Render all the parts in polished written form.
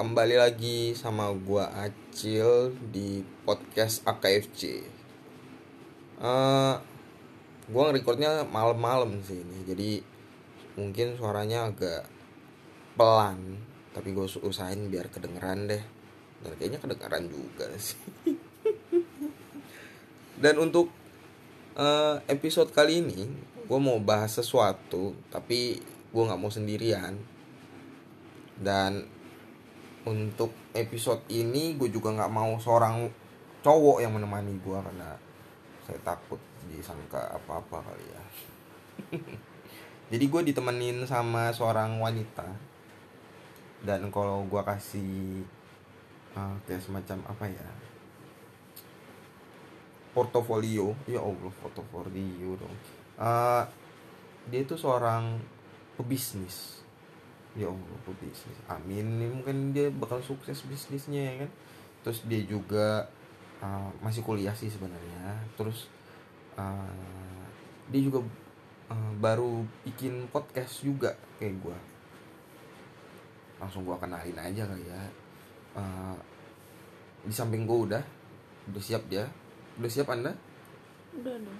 kembali lagi sama gua Acil di podcast AKFC. Gua ngerekordnya malam-malam sih ini, jadi mungkin suaranya agak pelan, tapi gue usahain biar kedengeran deh. Dan kayaknya kedengeran juga sih. Dan untuk episode kali ini, gue mau bahas sesuatu, tapi gue nggak mau sendirian. Dan untuk episode ini gue juga nggak mau seorang cowok yang menemani gue, karena saya takut disangka apa-apa kali ya. Jadi gue ditemenin sama seorang wanita. Dan kalau gue kasih kayak semacam apa ya, portofolio, ya Allah, portofolio dong. Dia itu seorang pebisnis. Ya Allah, pebisnis. Amin, ini mungkin dia bakal sukses bisnisnya ya kan. Terus dia juga masih kuliah sih sebenarnya. Terus dia juga baru bikin podcast juga kayak gue. Langsung gue kenalin aja kali ya. Di samping gue udah siap dia. Udah siap Anda? Udah dong.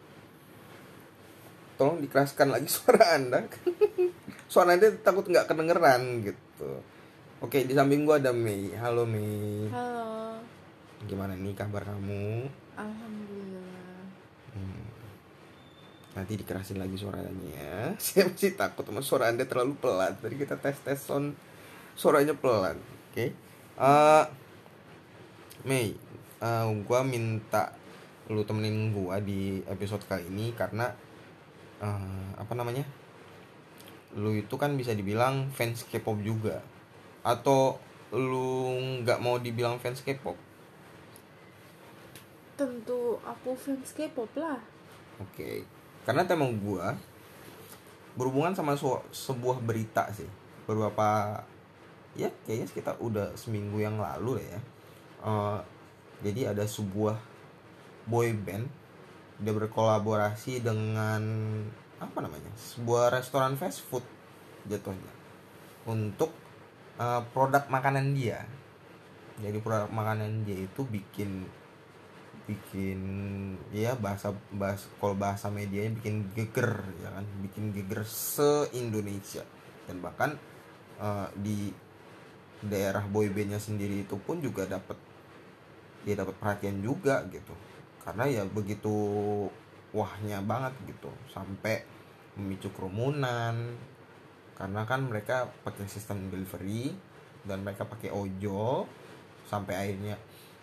Tolong dikeraskan lagi suara Anda. Suara Anda takut nggak kedengeran gitu. Oke, di samping gue ada Mei. Halo Mei. Halo. Gimana nih kabar kamu? Alhamdulillah. Nanti dikerasin lagi suaranya. Saya masih takut sama suara Anda terlalu pelan. Tadi kita tes sound, suaranya pelan. Oke. Mei, gue minta lu temenin gue di episode kali ini karena apa namanya? Lu itu kan bisa dibilang fans K-pop juga. Atau lu nggak mau dibilang fans K-pop? Tentu aku fans K-pop lah. Oke. Karena tema gue berhubungan sama sebuah berita sih. Beberapa, ya kayaknya sekitar udah seminggu yang lalu lah ya. Jadi ada sebuah boy band, dia berkolaborasi dengan apa namanya, sebuah restoran fast food jatuhnya, untuk produk makanan dia. Jadi produk makanan dia itu bikin ya bahasa kalau bahasa medianya bikin geger ya kan, bikin geger se-Indonesia. Dan bahkan di daerah boybandnya sendiri itu pun juga dapat perhatian juga gitu, karena ya begitu wahnya banget gitu, sampai memicu kerumunan. Karena kan mereka pakai sistem delivery dan mereka pakai ojol, sampai akhirnya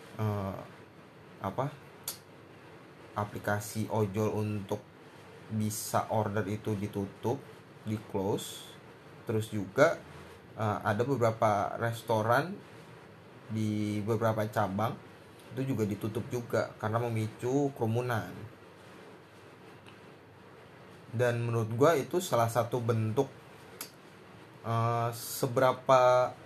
aplikasi ojol untuk bisa order itu ditutup, di close. Terus juga ada beberapa restoran di beberapa cabang itu juga ditutup juga karena memicu kerumunan. Dan menurut gue itu salah satu bentuk seberapa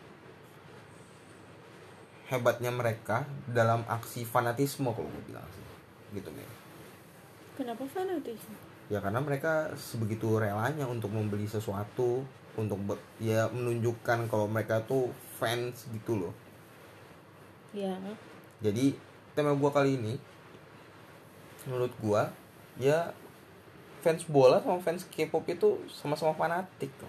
hebatnya mereka dalam aksi fanatisme, kalau gue bilang sih gitu nih. Kenapa fanatisme? Ya karena mereka sebegitu relanya untuk membeli sesuatu, untuk ya menunjukkan kalau mereka tuh fans gitu loh. Ya. Jadi tema gue kali ini, menurut gue ya, fans bola sama fans K-pop itu sama-sama fanatik lah.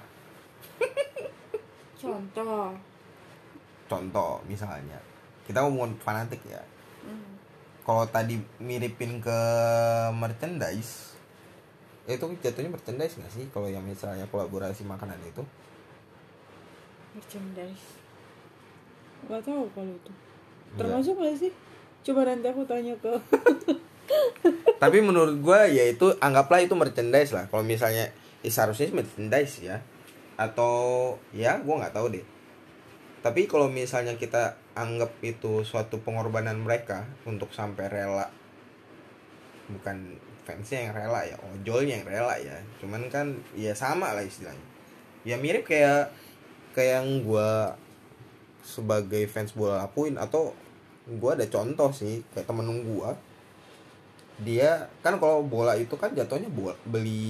Contoh misalnya, kita ngomongin fanatik ya. Kalau tadi miripin ke merchandise, itu jatuhnya merchandise nggak sih? Kalau yang misalnya kolaborasi makanan itu Merchandise. Gak tahu kalau itu. Termasuk gak sih? Coba nanti aku tanya ke. Tapi menurut gue ya itu, anggaplah itu merchandise lah. Kalau misalnya seharusnya merchandise ya, atau ya gue nggak tahu deh. Tapi kalau misalnya kita anggap itu suatu pengorbanan mereka untuk sampai rela, bukan fansnya yang rela ya, ojolnya yang rela ya. Cuman kan ya sama lah istilahnya. Ya mirip kayak yang gue sebagai fans bola lakuin. Atau gue ada contoh sih, kayak temen gue, dia kan kalau bola itu kan jatuhnya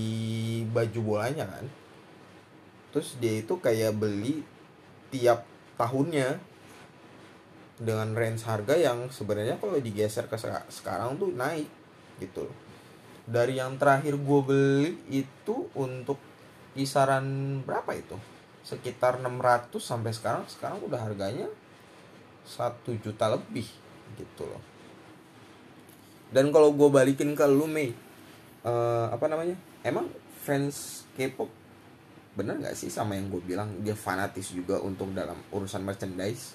beli baju bolanya kan. Terus dia itu kayak beli tiap tahunnya dengan range harga yang sebenarnya kalau digeser ke sekarang tuh naik gitu loh. Dari yang terakhir gue beli itu untuk kisaran berapa itu? Sekitar 600 sampai sekarang udah harganya 1 juta lebih gitu loh. Dan kalau gue balikin ke lu Mei, apa namanya? Emang fans K-pop bener nggak sih sama yang gue bilang dia fanatis juga untuk dalam urusan merchandise?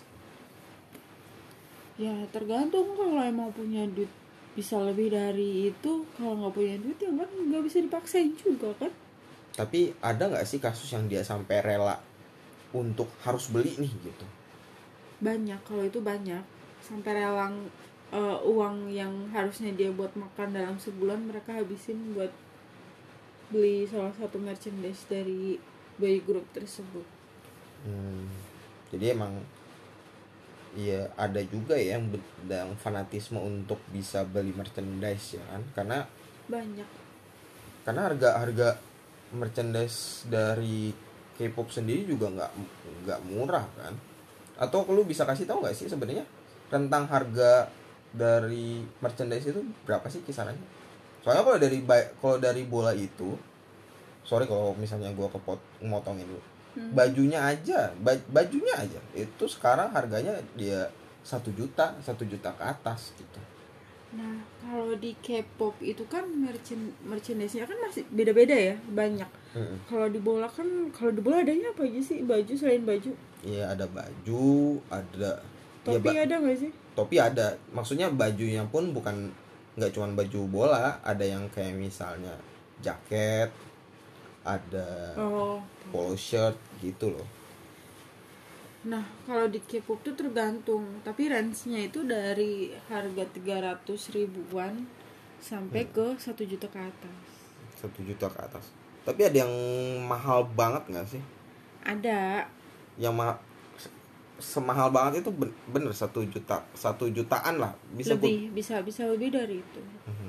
Ya tergantung, kalau emang punya duit bisa lebih dari itu, kalau nggak punya duit ya kan nggak bisa dipaksain juga kan. Tapi ada nggak sih kasus yang dia sampai rela untuk harus beli nih gitu? Banyak, kalau itu banyak, sampai relang uang yang harusnya dia buat makan dalam sebulan mereka habisin buat beli salah satu merchandise dari boy group tersebut. Jadi emang iya ada juga ya yang fanatisme untuk bisa beli merchandise ya kan, Banyak. karena harga merchandise dari K-pop sendiri juga nggak murah kan. Atau lu bisa kasih tahu nggak sih sebenarnya tentang harga dari merchandise itu berapa sih kisarannya? Soalnya kalau dari bola itu, sorry kalau misalnya gue motongin dulu, bajunya aja itu sekarang harganya dia 1 juta ke atas gitu. Nah, kalau di K-pop itu kan merchandise-nya kan masih beda-beda ya, banyak. Kalau di bola adanya apa aja sih? Baju, selain baju? Iya, ada baju, ada Topi ya, ada nggak sih? topi ada. Maksudnya bajunya pun bukan nggak cuma baju bola, ada yang kayak misalnya jaket, ada polo shirt gitu loh. Nah, kalau di K-pop tuh tergantung, tapi range-nya itu dari harga 300 ribuan sampai ke 1 juta ke atas. 1 juta ke atas. Tapi ada yang mahal banget nggak sih? Ada. Yang semahal banget itu bener 1 juta, 1 jutaan lah bisa lebih bisa lebih dari itu.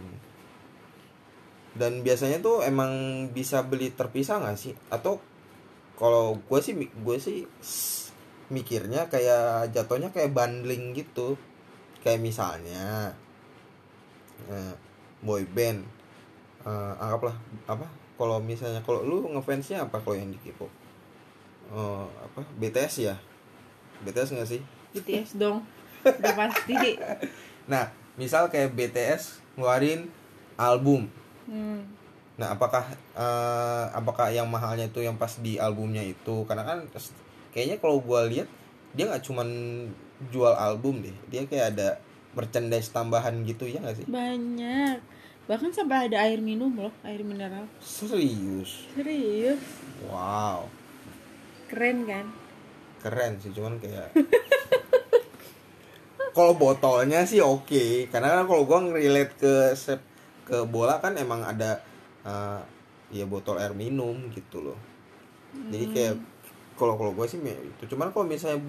Dan biasanya tuh emang bisa beli terpisah nggak sih? Atau kalau gue sih mikirnya kayak jatuhnya kayak bundling gitu. Kayak misalnya boy band, anggaplah apa? Kalau misalnya kalau lu ngefansnya apa kalau yang di K-pop? Apa BTS ya? BTS nggak sih? BTS dong, udah pasti deh. Nah, misal kayak BTS ngeluarin album. Nah, apakah yang mahalnya itu yang pas di albumnya itu? Karena kan kayaknya kalau gue lihat dia nggak cuman jual album deh, dia kayak ada merchandise tambahan gitu ya nggak sih? Banyak, bahkan sampai ada air minum loh, air mineral. Serius? Wow, Keren kan? keren sih, cuman kayak kalau botolnya sih oke. Karena kan kalau gue ngerelate ke bola kan emang ada ya botol air minum gitu loh. Jadi kayak kalau gue sih itu. Cuman kalau misalnya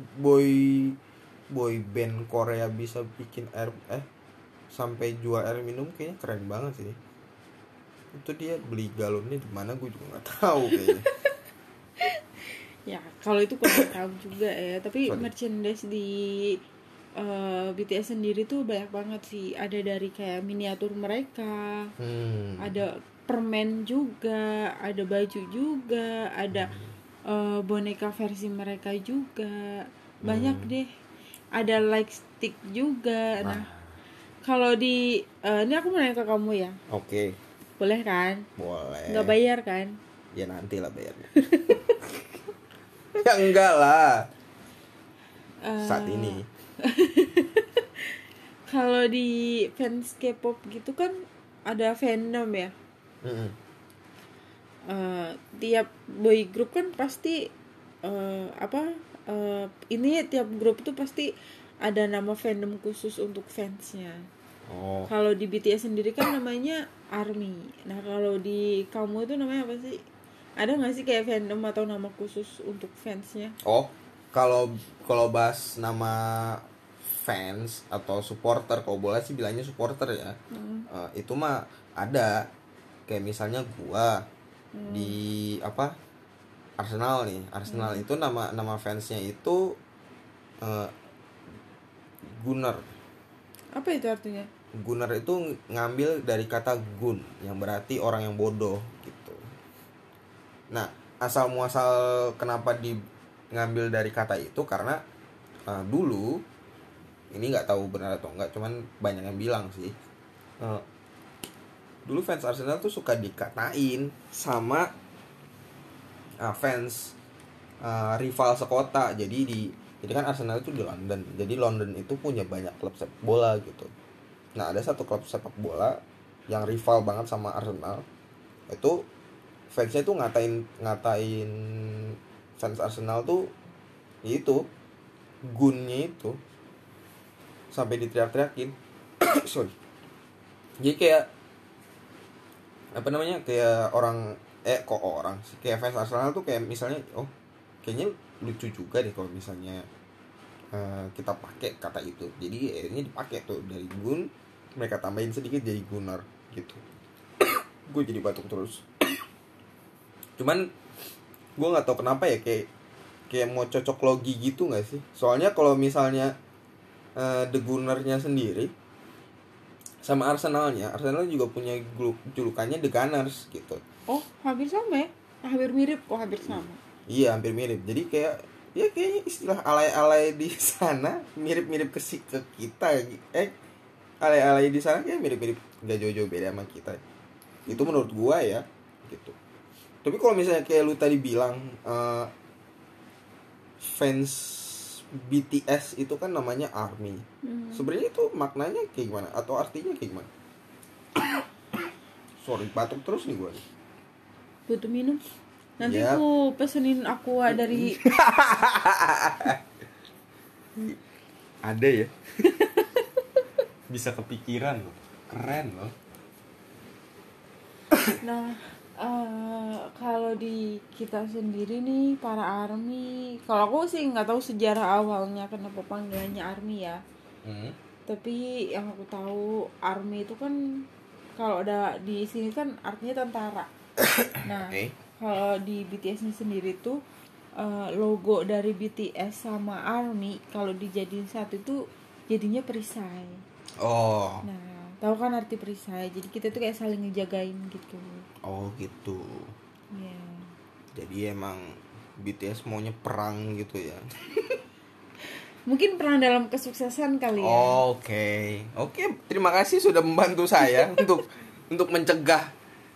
boy band Korea bisa bikin sampai jual air minum, kayaknya keren banget sih. Itu dia beli galonnya di mana gue juga nggak tahu kayaknya. Ya kalau itu kurang tahu juga ya, tapi merchandise di BTS sendiri tuh banyak banget sih. Ada dari kayak miniatur mereka, ada permen juga, ada baju juga, ada boneka versi mereka juga, banyak deh. Ada light stick juga. Nah, kalau di ini aku mau nanya ke kamu ya. Oke. Boleh kan? Boleh. Nggak bayar kan? Ya nanti lah bayarnya. Ya enggak lah. Saat ini. Kalau di fans K-pop gitu kan ada fandom ya. Tiap boy group kan pasti ini tiap grup tuh pasti ada nama fandom khusus untuk fansnya. Kalau di BTS sendiri kan namanya ARMY. Nah kalau di kamu itu namanya apa sih? Ada nggak sih kayak fandom atau nama khusus untuk fansnya? Kalau bahas nama fans atau supporter, kalau boleh sih bilangnya supporter ya. Itu mah ada. Kayak misalnya gua di Arsenal nih. Arsenal itu nama fansnya itu Gunnar. Apa itu artinya? Gunnar itu ngambil dari kata gun yang berarti orang yang bodoh gitu. Nah, asal muasal kenapa ngambil dari kata itu karena dulu ini nggak tahu benar atau enggak, cuman banyak yang bilang sih. Dulu fans Arsenal tuh suka dikatain sama fans rival sekota. Jadi kan Arsenal itu di London. Jadi London itu punya banyak klub sepak bola gitu. Nah, ada satu klub sepak bola yang rival banget sama Arsenal. Itu fansnya tuh ngatain fans Arsenal tuh itu gunnya itu sampai diteriak-teriakin. Sorry. Jadi kayak apa namanya, kayak kayak fans Arsenal tuh kayak misalnya, oh kayaknya lucu juga deh kalau misalnya kita pakai kata itu. Jadi akhirnya dipakai tuh dari gun, mereka tambahin sedikit jadi Gunnar gitu. Gue jadi batuk terus. Cuman gue nggak tahu kenapa ya, kayak mau cocok logi gitu nggak sih? Soalnya kalau misalnya The Gunner-nya sendiri sama Arsenal juga punya julukannya The Gunners gitu. Oh, hampir sama ya? Hampir mirip kok, hampir sama. Iya, hampir mirip. Jadi kayaknya istilah alay-alay di sana mirip-mirip ke kita. Alay-alay di sana kayak mirip-mirip, gak jauh-jauh beda sama kita. Itu menurut gua ya, gitu. Tapi kalau misalnya kayak lu tadi bilang fans BTS itu kan namanya ARMY. Sebenarnya itu maknanya kayak gimana atau artinya kayak gimana? Sorry, batuk terus nih gua. Butuh minum. Nanti Yep. aku pesenin aqua dari ada ya. Bisa kepikiran loh. Keren loh. Nah, kalau di kita sendiri nih para ARMY, kalau aku sih nggak tahu sejarah awalnya kenapa panggilannya ARMY ya. Tapi yang aku tahu ARMY itu kan kalau ada di sini kan artinya tentara. Nah, kalau di BTS sendiri tuh logo dari BTS sama ARMY kalau dijadiin satu itu jadinya perisai. Oh. Nah, tahu kan arti perisai? Jadi kita tuh kayak saling ngejagain gitu. Oh gitu. Iya. Jadi emang BTS maunya perang gitu ya. Mungkin perang dalam kesuksesan kali ya. Oke, terima kasih sudah membantu saya untuk mencegah.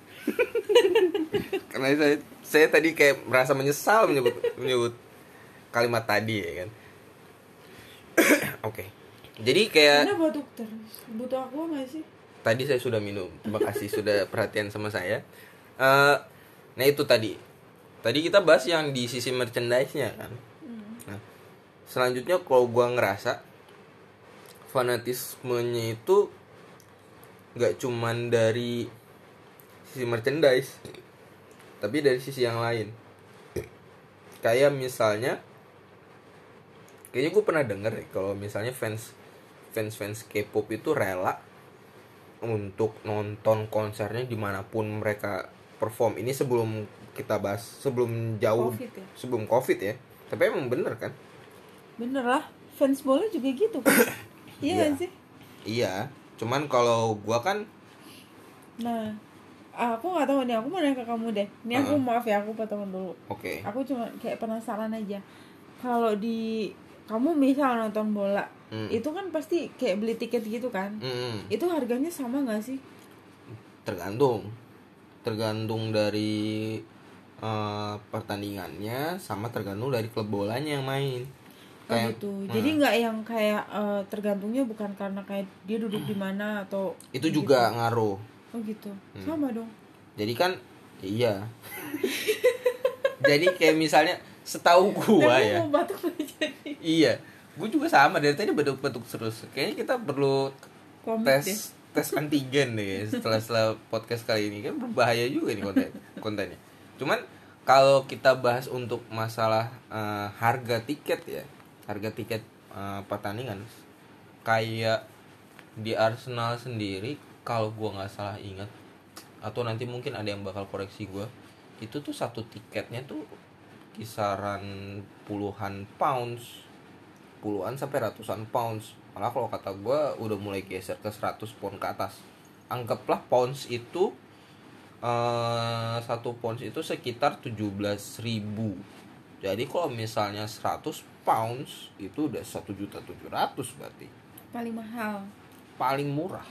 Karena saya tadi kayak merasa menyesal menyebut kalimat tadi ya kan. Oke. Jadi kayak Mana batuk terus? Butuh aku nggak sih? tadi saya sudah minum. Terima kasih sudah perhatian sama saya. Nah itu tadi kita bahas yang di sisi merchandise-nya kan. Nah, selanjutnya kalau gua ngerasa fanatismenya itu nggak cuman dari sisi merchandise, tapi dari sisi yang lain. Kayak misalnya, kayaknya gue pernah denger ya, kalau misalnya fans K-pop itu rela untuk nonton konsernya dimanapun mereka perform. Ini sebelum kita bahas, sebelum jauh COVID ya? sebelum COVID ya. Tapi emang bener kan? Bener lah, fans bola juga gitu kan. Iya Iya. kan sih? Iya, cuman kalau gua kan Nah, aku nggak tahu nih, aku mau nanya ke kamu deh. Ini aku maaf ya, aku potong dulu. oke. Aku cuma kayak penasaran aja. Kalau di kamu misal nonton bola, itu kan pasti kayak beli tiket gitu kan? Itu harganya sama nggak sih? Tergantung dari pertandingannya, sama tergantung dari klub bolanya yang main. Gitu. Jadi nggak yang kayak tergantungnya bukan karena kayak dia duduk di mana atau itu juga ngaruh. Oh gitu. Sama dong. Jadi kan iya. Jadi kayak misalnya setahu gua ya. Mau batuk aja nih. Iya. Gua juga sama dari tadi batuk-batuk terus. Kayaknya kita perlu tes antigen deh setelah podcast kali ini, kan berbahaya juga nih kontennya. Cuman kalau kita bahas untuk masalah harga tiket ya. Harga tiket pertandingan kayak di Arsenal sendiri, kalau gue nggak salah ingat, atau nanti mungkin ada yang bakal koreksi gue, itu tuh satu tiketnya tuh kisaran puluhan pounds, puluhan sampai ratusan pounds. Malah kalau kata gue udah mulai geser ke 100 pound ke atas. Anggaplah pounds itu 1 pounds itu sekitar 17.000. Jadi kalau misalnya 100 pounds itu udah 1.700.000 berarti. Paling mahal. Paling murah.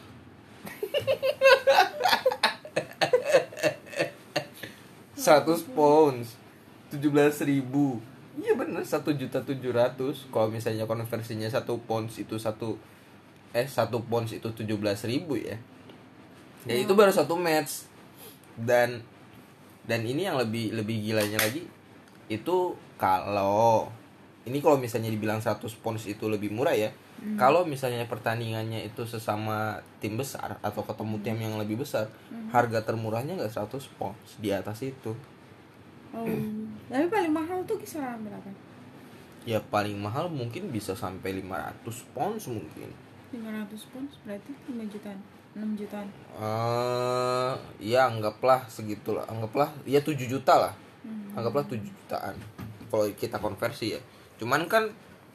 100 pounds 17.000. Iya bener 1.700.000. Kalau misalnya konversinya 1 pounds itu 1 pounds itu 17.000 ya. Ya itu baru 1 match. Dan ini yang lebih gilanya lagi itu kalau misalnya dibilang 100 pounds itu lebih murah ya. Kalau misalnya pertandingannya itu sesama tim besar atau ketemu tim yang lebih besar, harga termurahnya nggak 100 pounds, di atas itu. Tapi paling mahal tuh kisaran berapa? Ya paling mahal mungkin bisa sampai 500 pounds mungkin. 500 pounds berarti 5 jutaan, 6 jutaan. Ya anggaplah segitulah, anggaplah ya 7 juta lah. Anggaplah 7 jutaan kalau kita konversi ya. Cuman kan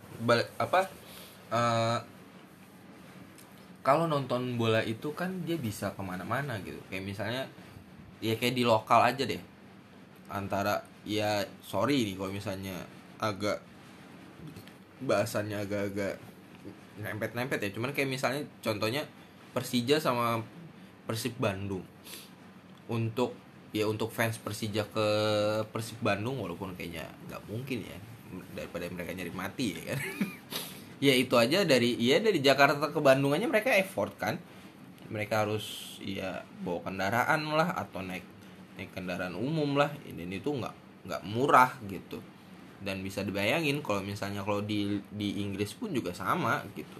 kalau nonton bola itu kan dia bisa kemana-mana gitu. Kayak misalnya ya kayak di lokal aja deh. Antara ya sorry nih kalau misalnya agak bahasannya agak nempet ya. Cuman kayak misalnya contohnya Persija sama Persib Bandung. Untuk fans Persija ke Persib Bandung walaupun kayaknya nggak mungkin ya, daripada mereka nyari mati ya kan. Ya itu aja dari Jakarta ke Bandung aja mereka effort kan. Mereka harus ya bawa kendaraan lah atau naik kendaraan umum lah. Ini tuh nggak murah gitu. Dan bisa dibayangin kalau misalnya di Inggris pun juga sama gitu.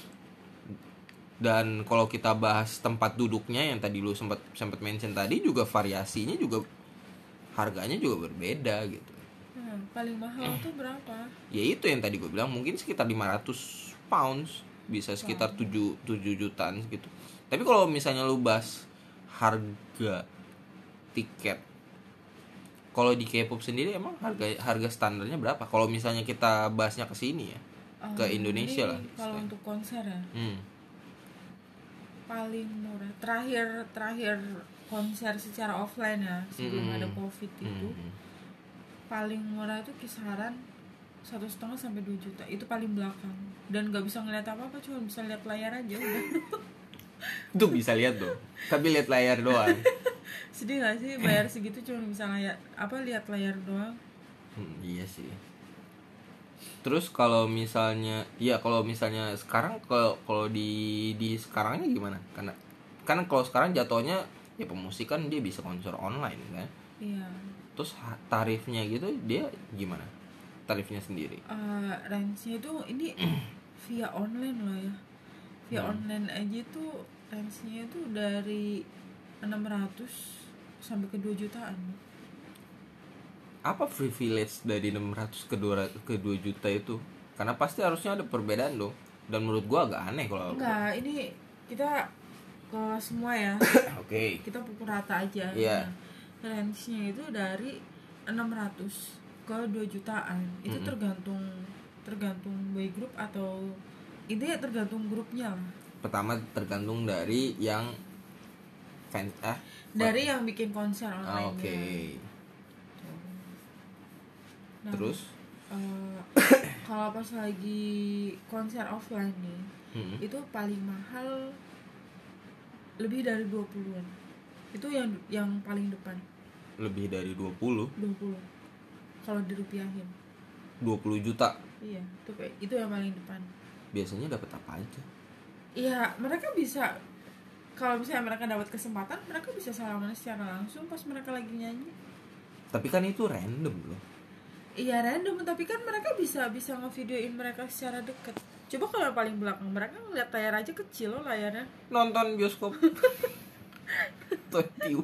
Dan kalau kita bahas tempat duduknya yang tadi lu sempat mention tadi juga variasinya juga harganya juga berbeda gitu. Paling mahal tuh berapa? Ya itu yang tadi gue bilang mungkin sekitar 500 pounds, bisa sekitar 7 jutaan gitu. Tapi kalau misalnya lu bahas harga tiket, kalau di K-pop sendiri emang harga standarnya berapa? Kalau misalnya kita bahasnya ke sini ya, ke Indonesia lah. Kalau untuk konser ya, paling murah. Terakhir konser secara offline ya sebelum ada COVID itu. Paling murah itu kisaran 1,5 sampai 2 juta. Itu paling belakang. Dan nggak bisa ngeliat apa-apa, cuma bisa lihat layar aja udah. Itu bisa lihat dong. Tapi lihat layar doang. Sedih gak sih bayar segitu cuma bisa lihat layar doang? Iya sih. Terus kalau misalnya sekarang kalau di sekarangnya gimana? Karena kan kalau sekarang jatuhnya ya pemusikan dia bisa konser online kan? Iya. Terus tarifnya gitu dia gimana? Tarifnya sendiri? Range-nya itu ini via online loh ya. Via online aja tuh range-nya itu dari 600 sampai ke 2 jutaan. Apa privilege dari 600 ke 2 juta itu? Karena pasti harusnya ada perbedaan dong. Dan menurut gua agak aneh kalau enggak, ini kita ke semua ya. Oke. Kita pukul rata aja. Iya. Range-nya itu dari 600 ke 2 jutaan. Itu tergantung boy group atau itu ya tergantung grupnya lah. Pertama tergantung dari yang fans dari yang bikin konser online. Oke. Nah, terus kalau pas lagi konser offline nih, itu paling mahal lebih dari 20-an. Itu yang paling depan. Lebih dari 20 kalau dirupiahin 20 juta. Iya, itu yang paling depan. Biasanya dapat apa aja? Iya, mereka bisa, kalau misalnya mereka dapat kesempatan, mereka bisa salaman secara langsung pas mereka lagi nyanyi. Tapi kan itu random loh. Iya random, tapi kan mereka bisa ngevideoin mereka secara deket. Coba kalau yang paling belakang, mereka ngeliat layar aja kecil loh layarnya. Nonton bioskop 21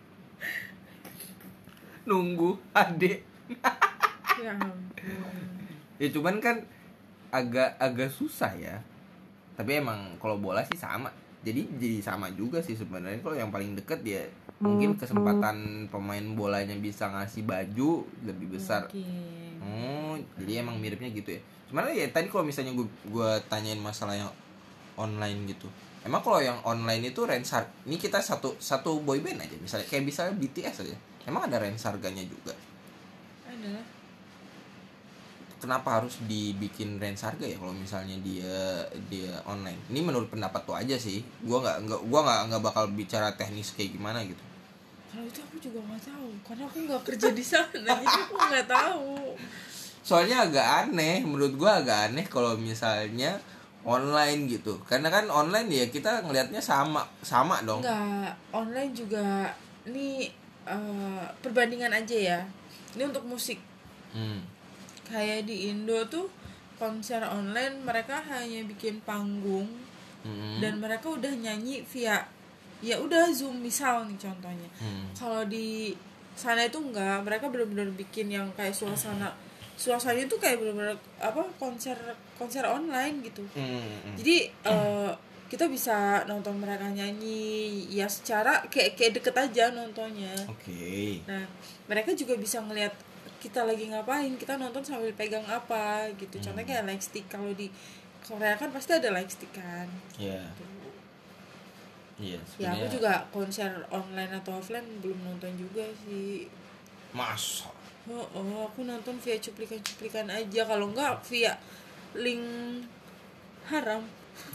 nunggu adek. Ya ampun. Ya cuman kan agak susah ya. Tapi emang kalau bola sih sama. Jadi sama juga sih sebenarnya. Kalau yang paling deket ya mungkin kesempatan pemain bolanya bisa ngasih baju lebih besar. Jadi emang miripnya gitu ya. Cuman ya tadi kalau misalnya gue tanyain masalah yang online gitu, emang kalau yang online itu range ini kita satu boyband aja misalnya kayak misalnya BTS aja, emang ada range harganya juga? Ada. Kenapa harus dibikin range harga ya kalau misalnya dia online? Ini menurut pendapat tuh aja sih, gue nggak bakal bicara teknis kayak gimana gitu. Kalau itu aku juga nggak tahu karena aku nggak kerja di sana jadi aku nggak tahu. Soalnya agak aneh, menurut gue agak aneh kalau misalnya online gitu, karena kan online ya kita ngelihatnya sama dong. Enggak, online juga ini perbandingan aja ya. Ini untuk musik. Kayak di Indo tuh konser online mereka hanya bikin panggung dan mereka udah nyanyi via ya udah Zoom misal nih contohnya. Kalau di sana itu enggak, mereka benar-benar bikin yang kayak suasananya tuh kayak benar-benar konser online gitu. Jadi kita bisa nonton mereka nyanyi ya secara kayak deket aja nontonnya. Nah mereka juga bisa ngelihat kita lagi ngapain, kita nonton sambil pegang apa gitu. Contohnya kayak lightstick, kalau di Korea kan pasti ada lightstick kan. Iya, ya aku juga konser online atau offline belum nonton juga sih. Masa? Aku nonton via cuplikan-cuplikan aja, kalau enggak via link haram.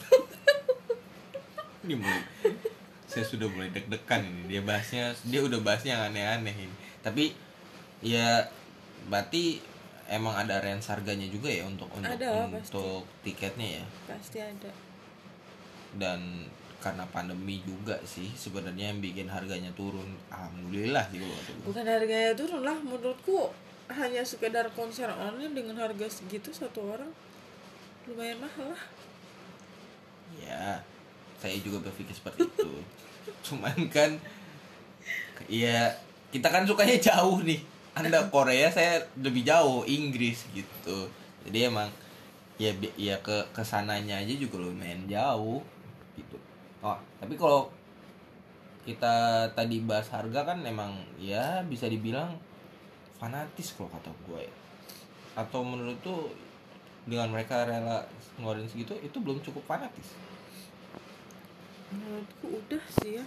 Ini saya sudah mulai deg-degan ini. Dia udah bahasnya yang aneh-aneh ini. Tapi ya berarti emang ada range harganya juga ya untuk tiketnya ya? Pasti ada. Dan karena pandemi juga sih sebenarnya yang bikin harganya turun. Alhamdulillah sih kalau kata gue. Bukan harganya turun lah, menurutku hanya sekedar konser online dengan harga segitu satu orang lumayan mahal lah. Ya, saya juga berpikir seperti itu. Cuman kan ya kita kan sukanya jauh nih. Anda Korea, saya lebih jauh Inggris gitu. Jadi emang ya ke sananya aja juga lumayan jauh gitu. Tapi kalau kita tadi bahas harga kan emang ya bisa dibilang fanatis kalau kata gue ya. Atau menurut tuh dengan mereka rela ngeluarin segitu itu belum cukup fanatis? Menurutku udah sih ya.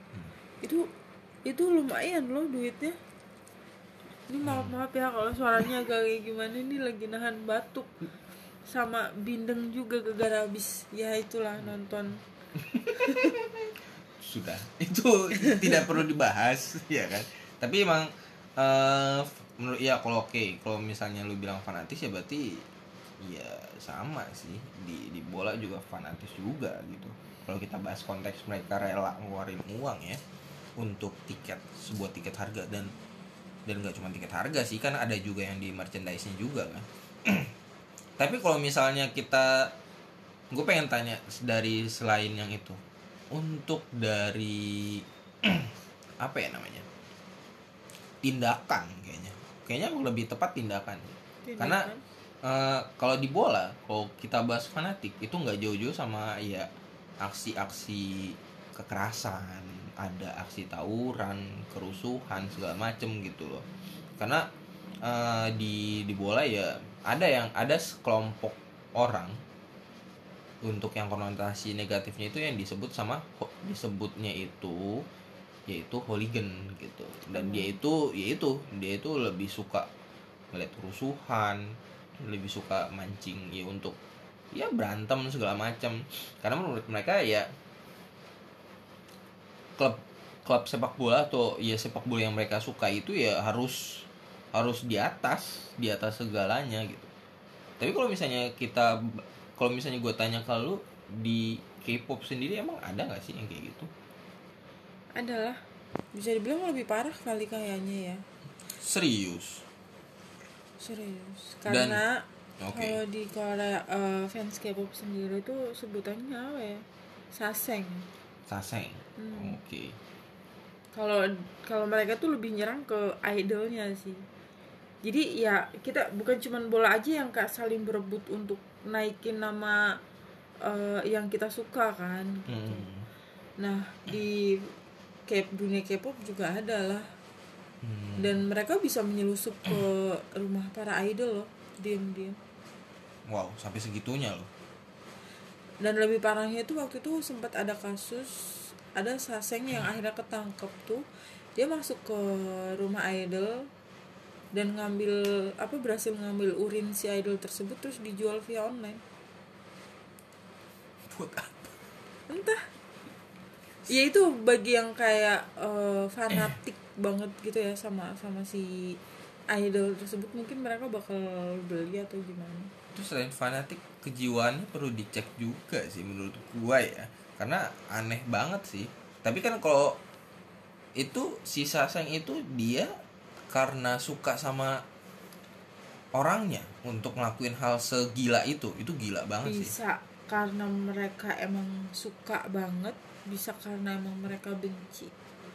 Itu lumayan loh duitnya. Ini maaf ya kalau suaranya agak kayak gimana, ini lagi nahan batuk sama bindeng juga gara-gara habis ya itulah nonton. Sudah, itu tidak perlu dibahas ya kan. Tapi emang menurut ya kalau misalnya lu bilang fanatis ya berarti ya sama sih, di bola juga fanatis juga gitu. Kalau kita bahas konteks mereka rela ngeluarin uang ya untuk sebuah tiket harga, dan nggak cuma tiket harga sih, kan ada juga yang di merchandise-nya juga kan. Tapi kalau misalnya gue pengen tanya dari selain yang itu, untuk dari apa ya namanya, tindakan, kayaknya lebih tepat tindakan. Karena kalau di bola, kalau kita bahas fanatik itu nggak jauh-jauh sama ya aksi-aksi kekerasan, ada aksi tawuran, kerusuhan segala macem gitu loh. Karena di bola ya ada sekelompok orang, untuk yang konotasi negatifnya itu yang disebutnya itu yaitu hooligan gitu. Dan dia itu lebih suka melihat kerusuhan, lebih suka mancing ya untuk ya berantem segala macam. Karena menurut mereka ya klub sepak bola atau ya sepak bola yang mereka suka itu ya harus di atas segalanya gitu. Tapi kalau misalnya gue tanya ke lu, di K-pop sendiri emang ada nggak sih yang kayak gitu? Adalah, bisa dibilang lebih parah kali kayaknya ya. Serius. Karena kalau di Korea fans K-pop sendiri itu sebutannya apa ya? Saseng. Oke. Kalau mereka tuh lebih nyerang ke idolnya sih. Jadi ya kita bukan cuman bola aja yang saling berebut untuk naikin nama yang kita suka kan gitu. Nah di dunia K-pop juga ada lah. Dan mereka bisa menyelusup ke rumah para idol loh, diam-diam. Wow, sampai segitunya loh. Dan lebih parahnya itu waktu itu sempat ada kasus, ada Saseng yang akhirnya ketangkep tuh, dia masuk ke rumah idol dan berhasil ngambil urin si idol tersebut terus dijual via online. Buat apa? Entah. Ya itu bagi yang kayak fanatik banget gitu ya sama si idol tersebut, mungkin mereka bakal beli atau gimana. Itu selain fanatik, kejiwaannya perlu dicek juga sih menurut gua ya. Karena aneh banget sih. Tapi kan kalau itu si Saseng itu dia karena suka sama orangnya untuk ngelakuin hal segila itu gila banget sih. Bisa karena mereka emang suka banget, bisa karena emang mereka benci.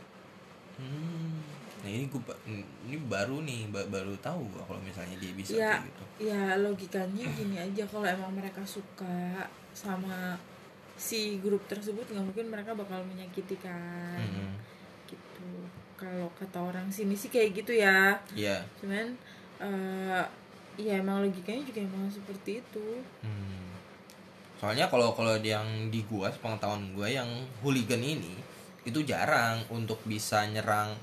Nah ini baru tahu gua kalau misalnya dia bisa Ya, kayak gitu. ya logikanya gini aja, kalau emang mereka suka sama si grup tersebut nggak mungkin mereka bakal menyakiti kan. Gitu. Kalau kata orang sini sih kayak gitu ya. Iya. Cuman ya emang logikanya juga emang seperti itu. Soalnya kalau yang di gua, sepengetahuan gua yang hooligan ini itu jarang untuk bisa nyerang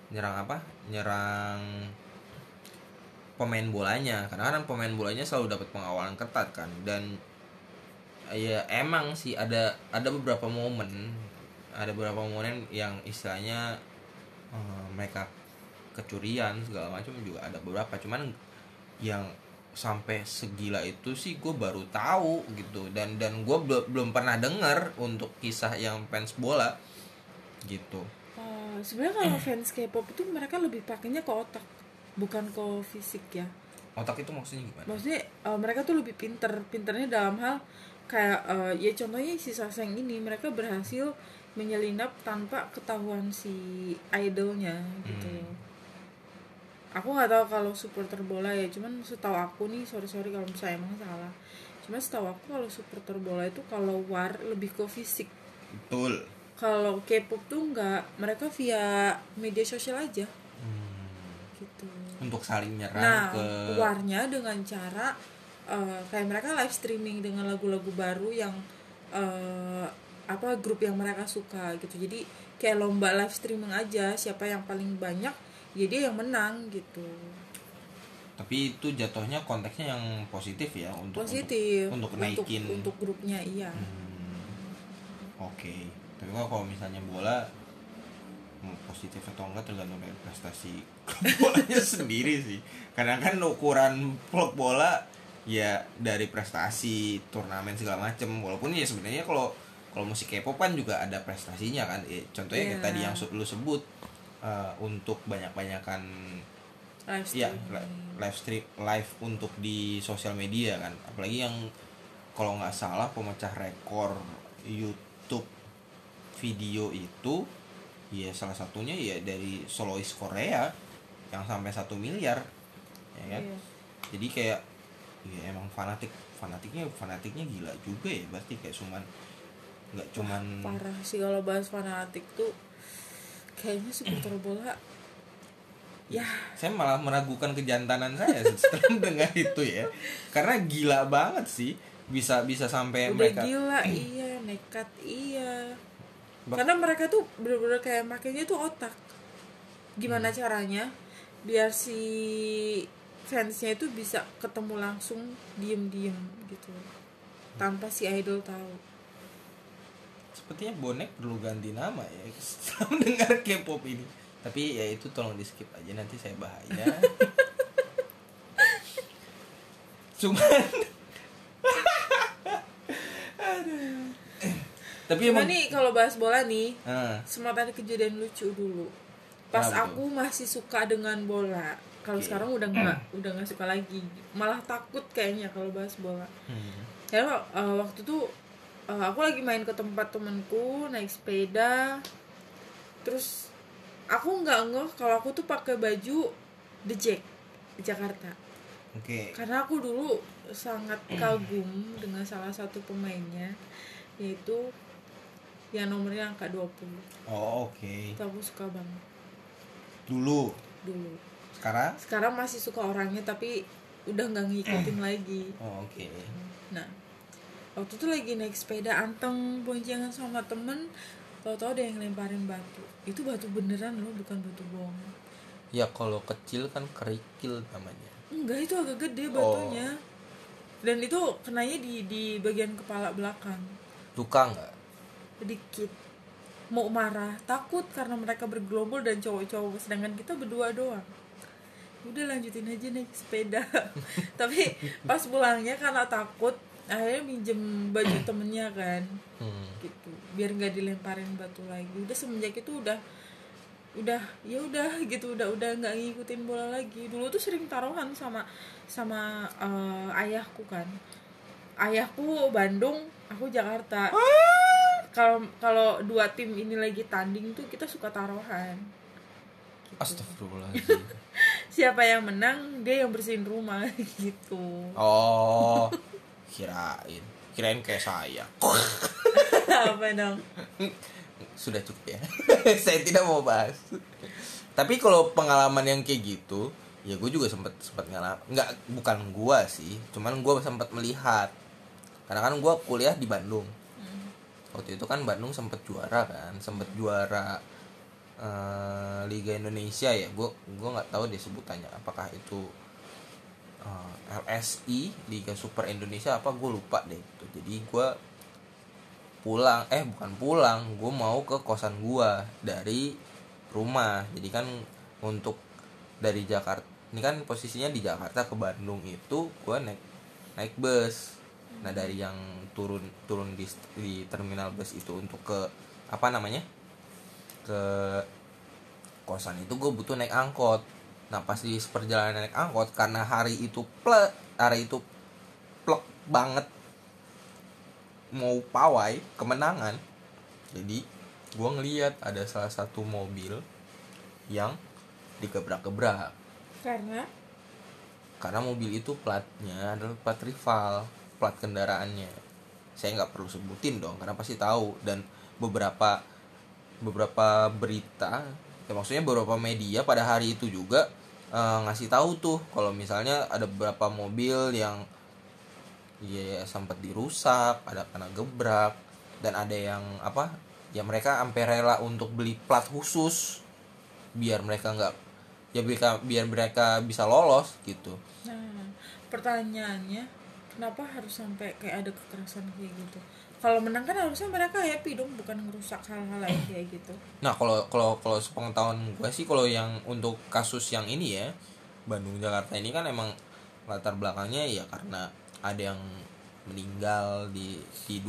pemain bolanya, karena kan pemain bolanya selalu dapat pengawalan ketat kan. Dan ya emang sih ada beberapa momen yang istilahnya mereka kecurian segala macam juga ada beberapa, cuman yang sampai segila itu sih gue baru tahu gitu. Dan gue belum pernah dengar untuk kisah yang fans bola gitu. Sebenarnya kalau fans K-pop itu mereka lebih pakainya ke otak, bukan ke fisik ya. Otak itu maksudnya gimana? Maksudnya mereka tuh lebih pinternya dalam hal kayak ya contohnya si Saseng ini, mereka berhasil menyelinap tanpa ketahuan si idolnya gitu. Aku nggak tahu kalau supporter bola ya, cuman setahu aku nih, sorry kalau misalnya emang salah, cuman setahu aku kalau supporter bola itu kalau war lebih ke fisik. Betul. Kalau K-pop tuh nggak, mereka via media sosial aja. Gitu. Untuk saling nyerang. Nah, warnya dengan cara kayak mereka live streaming dengan lagu-lagu baru yang grup yang mereka suka gitu. Jadi kayak lomba live streaming aja, siapa yang paling banyak ya dia yang menang gitu. Tapi itu jatuhnya konteksnya yang positif ya, untuk naikin untuk grupnya, iya. Oke. Tapi kalau misalnya bola positif atau enggak tergantung dari prestasi bolanya sendiri sih. Karena kan ukuran klub bola ya dari prestasi, turnamen segala macem. Walaupun ya sebenarnya kalau musik K-pop kan juga ada prestasinya kan. Contohnya kayak tadi yang lu sebut, untuk banyak-banyakan live untuk di sosial media kan. Apalagi yang kalau nggak salah pemecah rekor YouTube video itu ya salah satunya ya dari solois Korea yang sampai 1 miliar ya kan. Jadi kayak ya emang fanatiknya gila juga ya, berarti kayak nggak cuman parah sih kalau bahas fanatik tuh. Kayaknya supporter bola ya. Saya malah meragukan kejantanan saya setelah dengar itu ya. Karena gila banget sih, bisa sampai udah mereka gila. Iya, nekat, iya. Karena mereka tuh bener-bener kayak makanya tuh otak. Gimana caranya biar si fansnya itu bisa ketemu langsung diem-diem gitu tanpa si idol tahu. Sepertinya bonek perlu ganti nama ya setelah mendengar K-pop ini. Tapi ya itu tolong di skip aja, nanti saya bahaya. Cuman tapi emang nih kalau bahas bola nih, sempat ada kejadian lucu dulu. Pas aku masih suka dengan bola. Kalau sekarang udah nggak suka lagi. Malah takut kayaknya kalau bahas bola. Ya waktu itu aku lagi main ke tempat temanku naik sepeda. Terus aku nggak ngeh kalau aku tuh pakai baju The Jack di Jakarta. Karena aku dulu sangat kagum dengan salah satu pemainnya, yaitu yang nomornya angka 20. Oh, oke. Itu aku suka banget Dulu. Sekarang masih suka orangnya, tapi udah nggak ngikutin lagi. Oh, oke. Nah, waktu itu lagi naik sepeda anteng boncengan sama temen, tahu-tahu ada yang lemparin batu. Itu batu beneran loh, bukan batu bohong. Ya kalau kecil kan kerikil namanya. Enggak, itu agak gede batunya. Dan itu kenanya di bagian kepala belakang. Luka nggak? Sedikit. Mau marah, takut karena mereka bergerombol dan cowok-cowok, sedangkan kita berdua doang. Udah lanjutin aja naik sepeda. Tapi pas pulangnya karena takut, akhirnya minjem baju temennya kan, gitu, biar nggak dilemparin batu lagi. Udah semenjak itu udah ya udah gitu, udah nggak ngikutin bola lagi. Dulu tuh sering taruhan sama ayahku kan. Ayahku Bandung, aku Jakarta. Kalau dua tim ini lagi tanding tuh kita suka taruhan. Gitu. Astagfirullahaladzim. Siapa yang menang dia yang bersihin rumah gitu. Oh, kirain kayak saya. Apa dong? Sudah cukup ya. Saya tidak mau bahas. Tapi kalau pengalaman yang kayak gitu, ya gue juga sempat ngalamin. Bukan gue sih, cuman gue sempat melihat. Karena kan gue kuliah di Bandung. Waktu itu kan Bandung sempat juara Liga Indonesia ya. Gue nggak tahu deh sebutannya, apakah itu LSI, Liga Super Indonesia apa, gue lupa deh itu. Jadi gue bukan pulang, gue mau ke kosan gue dari rumah. Jadi kan untuk dari Jakarta, ini kan posisinya di Jakarta ke Bandung itu gue naik bus. Nah dari yang turun di terminal bus itu untuk ke ke kosan itu gue butuh naik angkot. Nah pas di perjalanan naik angkot, karena hari itu plek banget, mau pawai kemenangan, jadi gue ngeliat ada salah satu mobil yang digebrak-gebrak. Karena mobil itu platnya adalah plat rival, plat kendaraannya. Saya nggak perlu sebutin dong karena pasti tahu. Dan beberapa berita, ya maksudnya beberapa media pada hari itu juga ngasih tahu tuh kalau misalnya ada beberapa mobil yang ya sempat dirusak, ada kena gebrak, dan ada yang ya mereka sampai rela untuk beli plat khusus biar mereka bisa lolos gitu. Nah, pertanyaannya, kenapa harus sampai kayak ada kekerasan kayak gitu? Kalau menang kan harusnya mereka happy dong, bukan ngerusak hal-hal lain kayak gitu. Nah, kalau sepengetahuan gue sih, kalau yang untuk kasus yang ini ya, Bandung Jakarta ini kan emang latar belakangnya ya karena ada yang meninggal di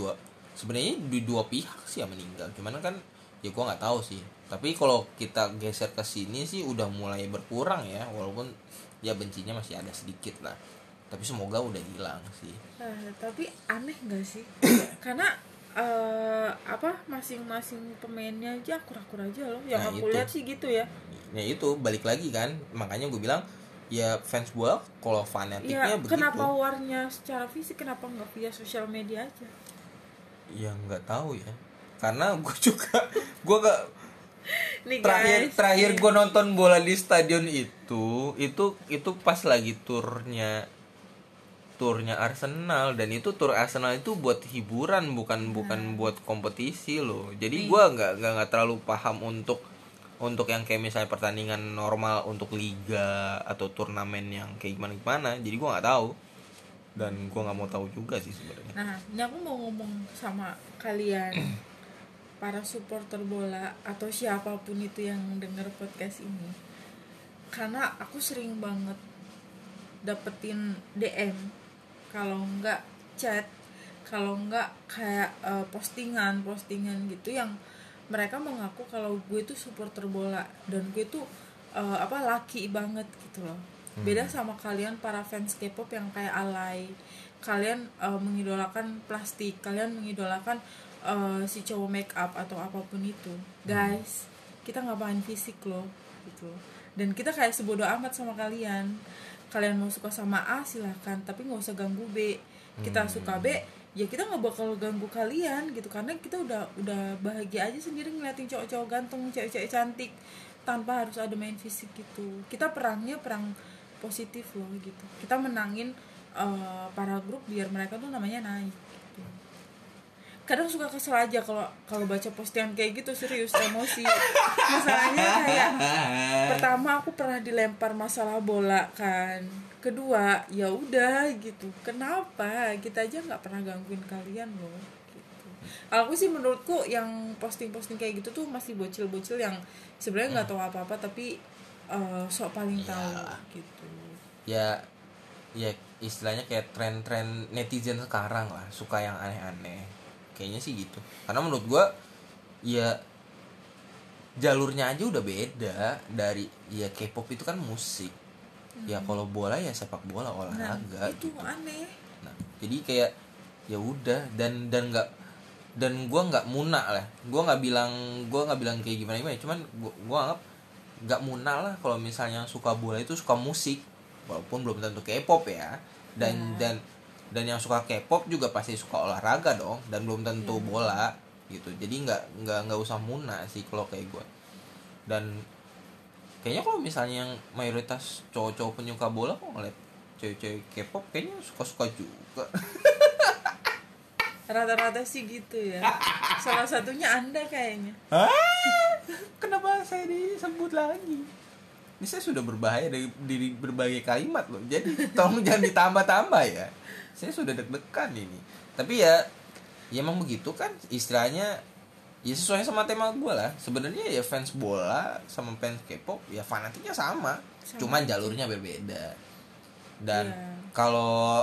dua pihak sih yang meninggal. Gimana kan ya gue nggak tahu sih. Tapi kalau kita geser ke sini sih udah mulai berkurang ya, walaupun ya bencinya masih ada sedikit lah. Tapi semoga udah hilang sih. Tapi aneh nggak sih? Karena masing-masing pemainnya aja akur-akur aja loh. Yang aku lihat sih gitu ya. Ya itu balik lagi kan, makanya gue bilang ya fans bola kalau fanatiknya begitu. Kenapa warnya secara fisik, kenapa nggak via sosial media aja? Ya nggak tahu ya, karena gue gak nih terakhir gue nonton bola di stadion itu pas lagi turnya Arsenal, dan itu tur Arsenal itu buat hiburan, bukan buat kompetisi loh. Jadi gue nggak terlalu paham untuk yang kayak misalnya pertandingan normal untuk liga atau turnamen yang kayak gimana. Jadi gue nggak tahu, dan gue nggak mau tahu juga sih sebenarnya. Nah, ini aku mau ngomong sama kalian para supporter bola atau siapapun itu yang denger podcast ini, karena aku sering banget dapetin DM, kalau enggak chat, kalau enggak kayak postingan gitu yang mereka mengaku kalau gue tuh supporter bola dan gue tuh laki banget gitu loh. Beda sama kalian para fans K-pop yang kayak alay. Kalian mengidolakan plastik, kalian mengidolakan si cowok make up atau apapun itu. Guys, kita nggak main fisik loh gitu. Dan kita kayak sebodoh amat sama kalian. Kalian mau suka sama A silahkan, tapi nggak usah ganggu B. Kita suka B, ya kita nggak bakal ganggu kalian gitu, karena kita udah bahagia aja sendiri ngeliatin cowok-cowok ganteng, cewek-cewek cantik tanpa harus ada main fisik gitu. Kita perangnya perang positif loh gitu, kita menangin para grup biar mereka tuh namanya naik gitu. Kadang suka kesel aja kalau baca postingan kayak gitu, serius emosi. Masalahnya kayak pertama aku pernah dilempar masalah bola kan, kedua ya udah gitu, kenapa kita aja nggak pernah gangguin kalian loh gitu. Aku sih menurutku yang posting kayak gitu tuh masih bocil-bocil yang sebenarnya nggak tahu apa-apa tapi sok paling tahu gitu. Ya istilahnya kayak tren-tren netizen sekarang lah, suka yang aneh-aneh. Kayaknya sih gitu. Karena menurut gue ya jalurnya aja udah beda. Dari ya K-pop itu kan musik. Ya kalau bola ya sepak bola, olahraga. Nah, itu gitu. aneh. Nah, jadi kayak ya udah dan gue nggak munak lah. Gue nggak bilang kayak gimana, cuman gue anggap nggak munak lah kalau misalnya suka bola itu suka musik, walaupun belum tentu K-pop ya. Dan yang suka K-pop juga pasti suka olahraga dong, dan belum tentu bola gitu. Jadi nggak usah munak sih kalau kayak gue. Dan kayaknya kalau misalnya yang mayoritas cowok-cowok penyuka bola kok ngeliat cewek-cewek K-pop kayaknya suka-suka juga. Rata-rata sih gitu ya. Salah satunya Anda kayaknya. Kenapa saya disebut lagi? Ini saya sudah berbahaya dari berbagai kalimat loh. Jadi tolong jangan ditambah-tambah ya. Saya sudah deg-degan ini. Tapi ya emang begitu kan istilahnya. Ya sesuai sama tema gue lah. Sebenarnya ya fans bola sama fans K-pop ya fanatiknya sama. Cuman jalurnya berbeda. Dan kalau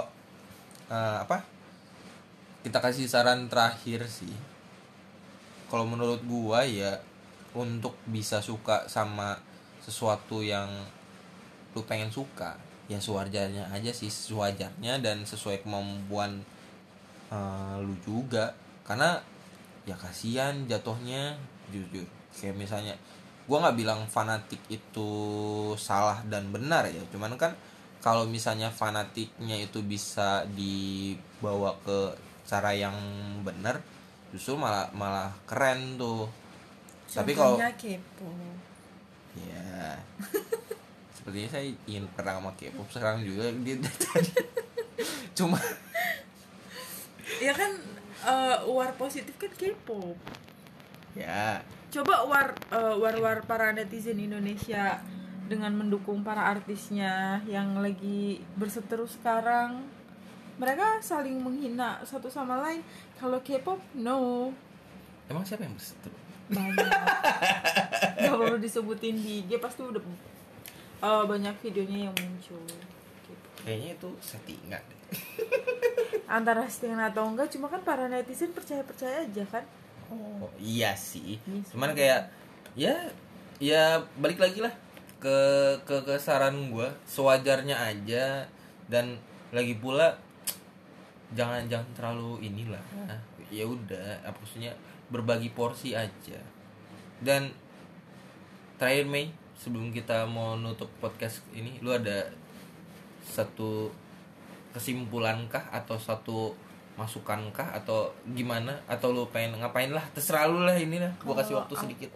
kita kasih saran terakhir sih. Kalau menurut gue ya untuk bisa suka sama sesuatu yang lu pengen suka, ya sewajarnya aja sih, sewajarnya dan sesuai kemampuan lu juga. Karena ya kasihan jatuhnya, jujur. Kayak misalnya gue nggak bilang fanatik itu salah dan benar ya, cuman kan kalau misalnya fanatiknya itu bisa dibawa ke cara yang benar, justru malah keren tuh. Tapi kalau kepo. Ya. Sepertinya saya ingin perang sama K-pop sekarang juga dia cuma ya kan war positif kan K-pop. ya. Coba war para netizen Indonesia dengan mendukung para artisnya yang lagi berseteru sekarang. Mereka saling menghina satu sama lain. Kalau K-pop no. Emang siapa yang berseteru? Banyak. Gak perlu disebutin di IG, pasti udah banyak videonya yang muncul gitu. Kayaknya itu settingan deh. Antara settingan atau enggak, cuma kan para netizen percaya aja kan. Oh iya sih. Cuman kayak ya balik lagi lah ke saran gue, sewajarnya aja. Dan lagi pula jangan terlalu inilah. Ya udah, maksudnya berbagi porsi aja. Dan terakhir Mei, sebelum kita mau nutup podcast ini, lu ada satu kesimpulankah atau satu masukankah atau gimana, atau lu pengen ngapain lah, terserah lu lah, ini lah gua kasih waktu sedikit.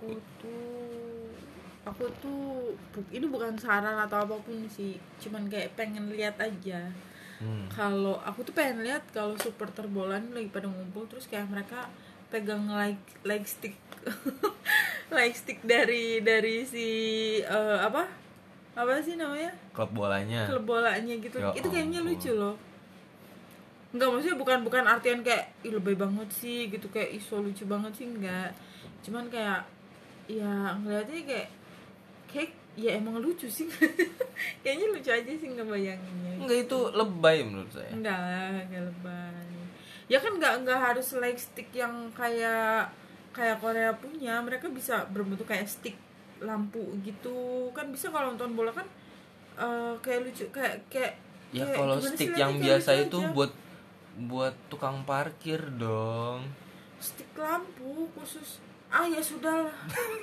Aku tuh ini bukan saran atau apapun sih, cuman kayak pengen lihat aja. Kalau aku tuh pengen lihat kalau supporter bola ini lagi pada ngumpul, terus kayak mereka pegang like stick like stick dari si apa sih namanya, klub bolanya gitu ya, itu kayaknya lucu loh. Enggak, maksudnya bukan artian kayak lebay banget sih gitu, kayak iso lucu banget sih, enggak, cuman kayak ya ngeliatnya kayak ya emang lucu sih. Kayaknya lucu aja sih ngebayanginnya. Enggak, itu lebay menurut saya. Enggak lebay. Ya kan enggak harus like stick yang kayak Korea punya. Mereka bisa berbentuk kayak stick lampu gitu. Kan bisa kalau nonton bola kan kayak lucu kayak ya kalau stick yang biasa itu aja. buat tukang parkir dong. Stick lampu khusus. Ya sudahlah.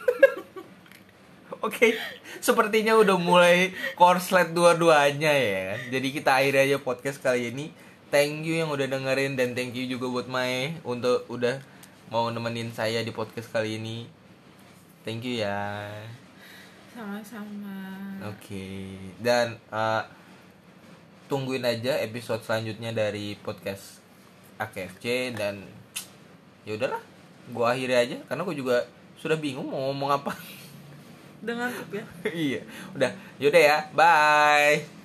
Oke, sepertinya udah mulai korslet dua-duanya ya kan. Jadi kita akhiri aja podcast kali ini thank you yang udah dengerin, dan thank you juga buat Mae untuk udah mau nemenin saya di podcast kali ini. Thank you ya. Sama-sama. Oke. Dan tungguin aja episode selanjutnya dari podcast AKFC. Dan ya udahlah, gua akhiri aja karena gua juga sudah bingung mau ngomong apa. Dengan ya. Iya, udah. Yaudah ya, bye.